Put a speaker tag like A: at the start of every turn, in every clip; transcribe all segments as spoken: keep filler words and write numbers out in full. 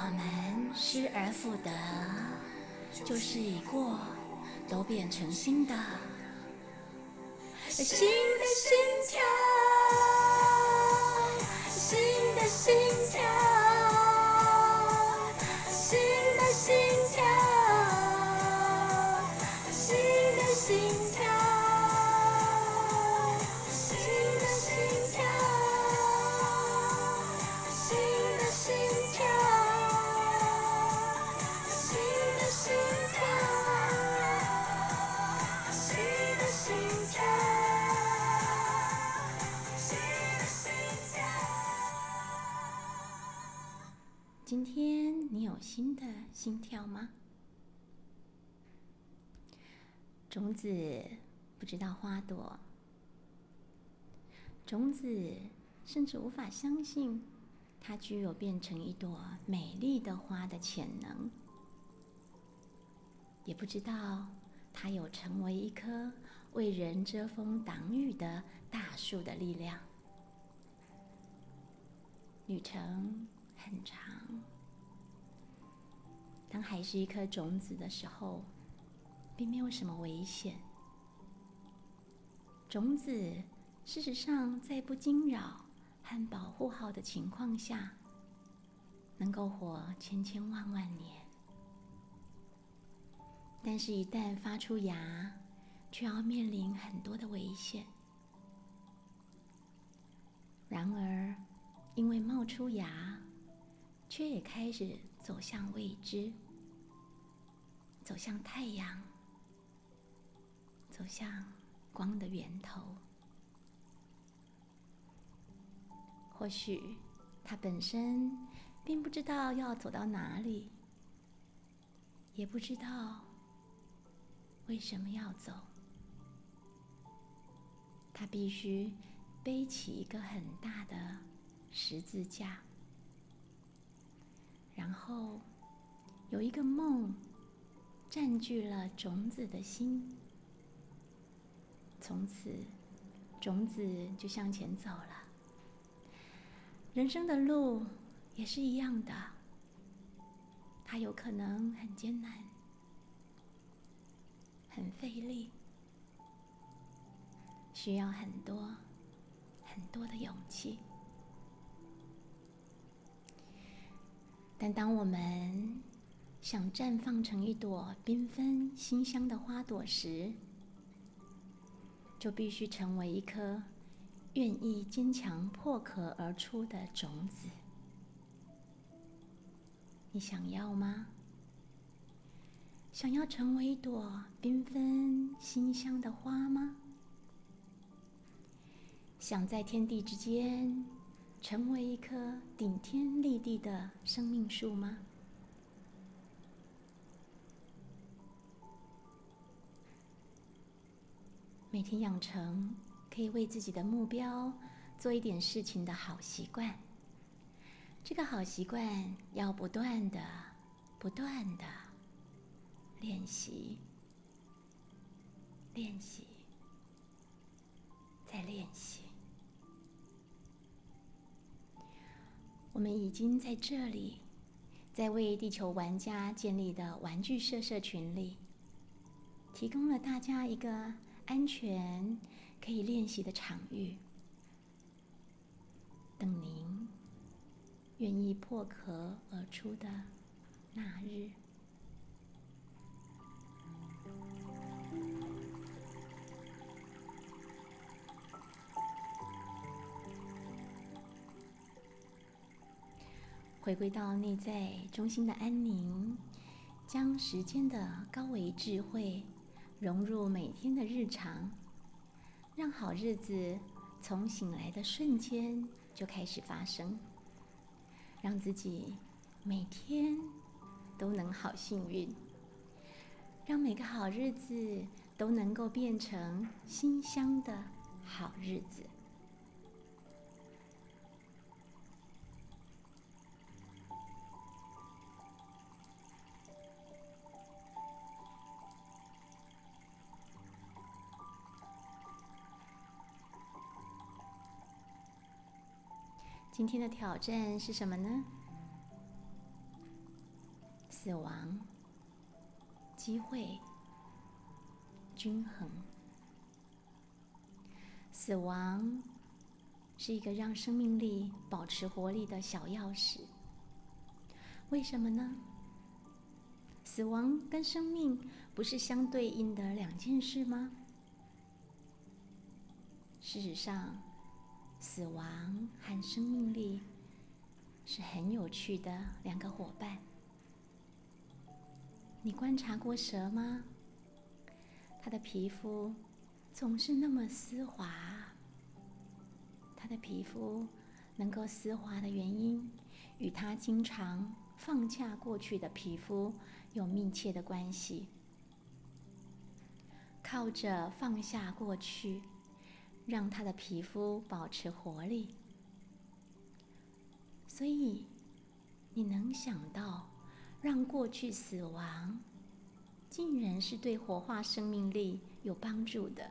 A: 们失而复得，就是已过，都变成新的，新的心跳，新的心跳，新的心跳，新的心跳，新的心跳，新的心跳，新的心跳，新的心跳，新的心跳。今天你有新的心跳吗？种子不知道花朵，种子甚至无法相信它具有变成一朵美丽的花的潜能，也不知道它有成为一棵为人遮风挡雨的大树的力量。旅程很长，当还是一颗种子的时候，并没有什么危险。种子事实上在不惊扰和保护好的情况下，能够活千千万万年。但是一旦发出芽，却要面临很多的危险。然而因为冒出芽，却也开始走向未知，走向太阳，走向光的源头。或许它本身并不知道要走到哪里，也不知道为什么要走。它必须背起一个很大的十字架，然后有一个梦占据了种子的心，从此种子就向前走了。人生的路也是一样的，它有可能很艰难，很费力，需要很多很多的勇气。但当我们想绽放成一朵缤纷馨香的花朵时，就必须成为一颗愿意坚强破壳而出的种子。你想要吗？想要成为一朵缤纷馨香的花吗？想在天地之间成为一棵顶天立地的生命树吗？每天养成可以为自己的目标做一点事情的好习惯，这个好习惯要不断的、不断的练习、练习、再练习。我们已经在这里，在为地球玩家建立的玩具社社群里，提供了大家一个安全可以练习的场域，等您愿意破壳而出的那日。回归到内在中心的安宁，将时间的高维智慧融入每天的日常，让好日子从醒来的瞬间就开始发生，让自己每天都能好幸运，让每个好日子都能够变成馨香的好日子。今天的挑战是什么呢？ 死亡、机会、均衡。死亡是一个让生命力保持活力的小钥匙。为什么呢？死亡跟生命不是相对应的两件事吗？事实上，死亡和生命力是很有趣的两个伙伴。你观察过蛇吗？它的皮肤总是那么丝滑。它的皮肤能够丝滑的原因，与它经常放下过去的皮肤有密切的关系。靠着放下过去，让它的皮肤保持活力。所以，你能想到，让过去死亡，竟然是对活化生命力有帮助的。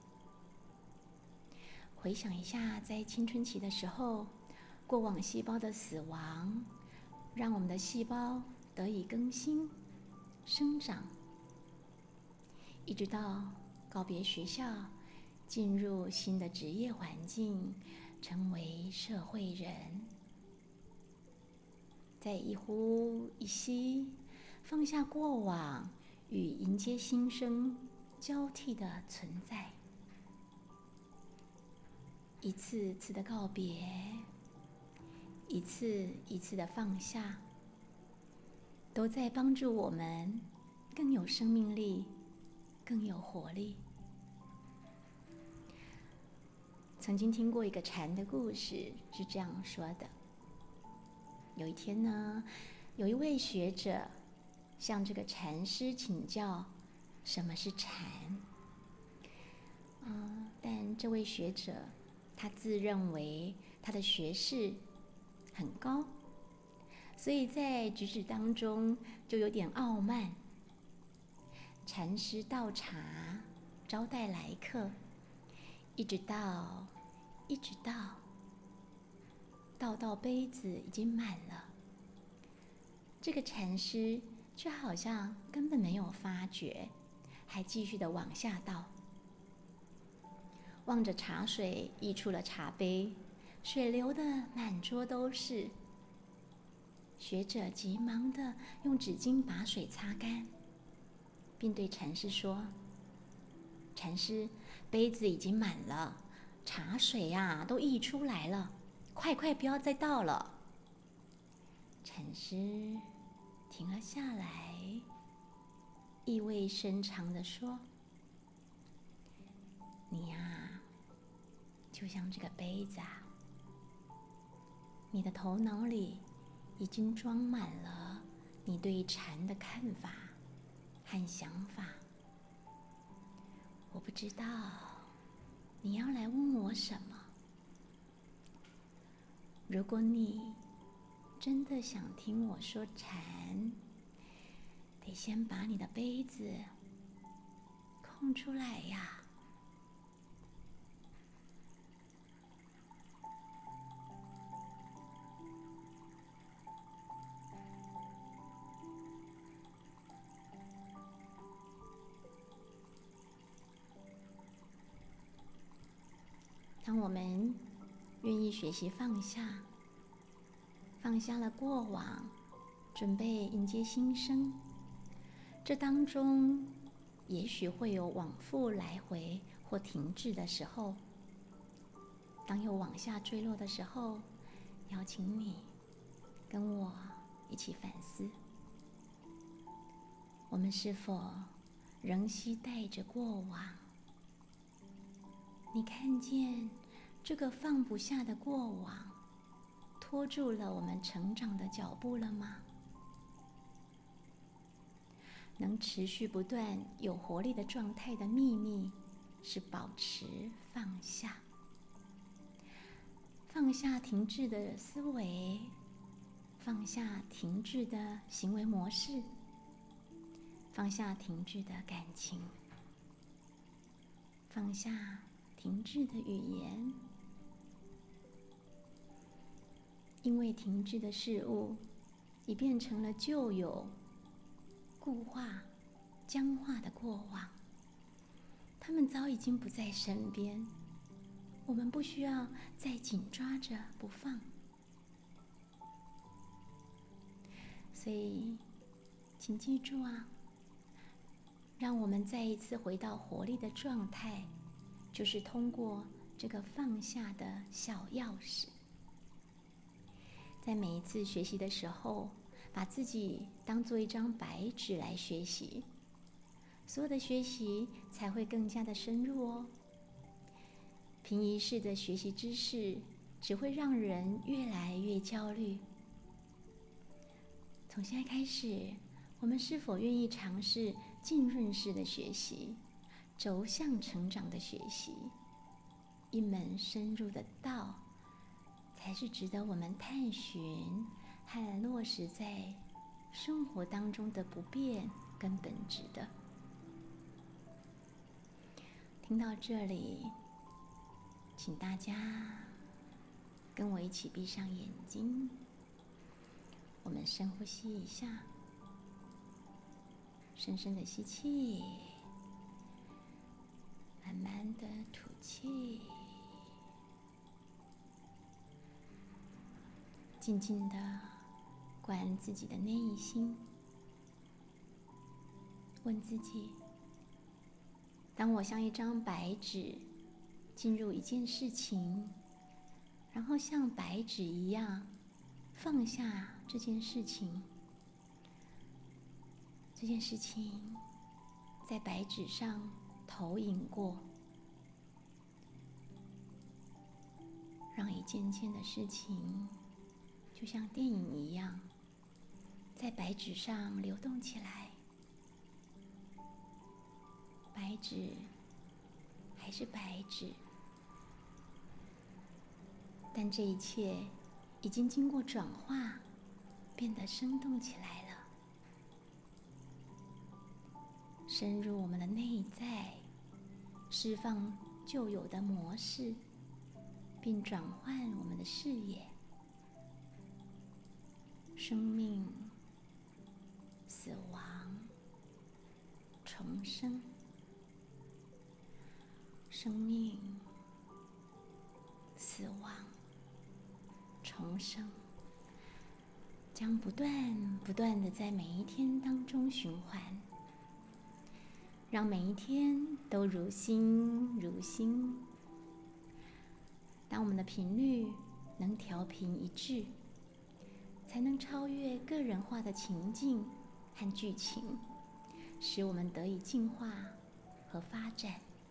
A: 回想一下，在青春期的时候，过往细胞的死亡，让我们的细胞得以更新、生长，一直到告别学校，进入新的职业环境，成为社会人。在一呼一吸，放下过往，与迎接新生交替的存在。一次次的告别，一次一次的放下，都在帮助我们更有生命力，更有活力。曾经听过一个禅的故事，是这样说的：有一天呢，有一位学者向这个禅师请教什么是禅。嗯，但这位学者他自认为他的学识很高，所以在举止当中就有点傲慢。禅师倒茶招待来客，一直倒，一直倒，倒到杯子已经满了，这个禅师却好像根本没有发觉，还继续的往下倒。望着茶水溢出了茶杯，水流得满桌都是。学者急忙的用纸巾把水擦干，并对禅师说：“禅师，杯子已经满了，茶水呀、啊、都溢出来了，快快不要再倒了。”禅师停了下来，意味深长的说：“你呀、啊，就像这个杯子啊，你的头脑里已经装满了你对禅的看法和想法。我不知道你要来问我什么。如果你真的想听我说禅，得先把你的杯子空出来呀。”当我们愿意学习放下，放下了过往，准备迎接新生，这当中也许会有往复来回或停滞的时候。当有往下坠落的时候，邀请你跟我一起反思：我们是否仍期待着过往？你看见这个放不下的过往，拖住了我们成长的脚步了吗？能持续不断有活力的状态的秘密，是保持放下。放下停滞的思维，放下停滞的行为模式，放下停滞的感情，放下停滞的语言。因为停滞的事物已变成了旧有固化、僵化的过往，他们早已经不在身边，我们不需要再紧抓着不放。所以，请记住啊，让我们再一次回到活力的状态，就是通过这个放下的小钥匙。在每一次学习的时候，把自己当做一张白纸来学习，所有的学习才会更加的深入哦。凭一式的学习知识，只会让人越来越焦虑。从现在开始，我们是否愿意尝试浸润式的学习，轴向成长的学习？一门深入的道，才是值得我们探寻和落实在生活当中的不变跟本质的。听到这里，请大家跟我一起闭上眼睛，我们深呼吸一下，深深的吸气，慢慢的吐气，静静的观自己的内心，问自己：当我像一张白纸进入一件事情，然后像白纸一样放下这件事情，这件事情在白纸上投影过，让一件件的事情就像电影一样在白纸上流动起来。白纸还是白纸，但这一切已经经过转化，变得生动起来了，深入我们的内在，释放旧有的模式，并转换我们的视野。生命、死亡、重生，生命、死亡、重生，将不断不断的在每一天当中循环，让每一天都如新如新。当我们的频率能调频一致，才能超越个人化的情境和剧情，使我们得以进化和发展。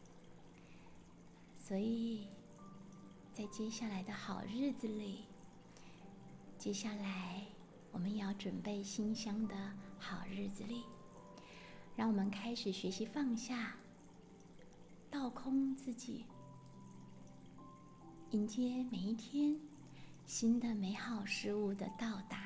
A: 所以在接下来的好日子里，接下来我们也要准备馨香的好日子里，让我们开始学习放下，倒空自己，迎接每一天新的美好事物的到达。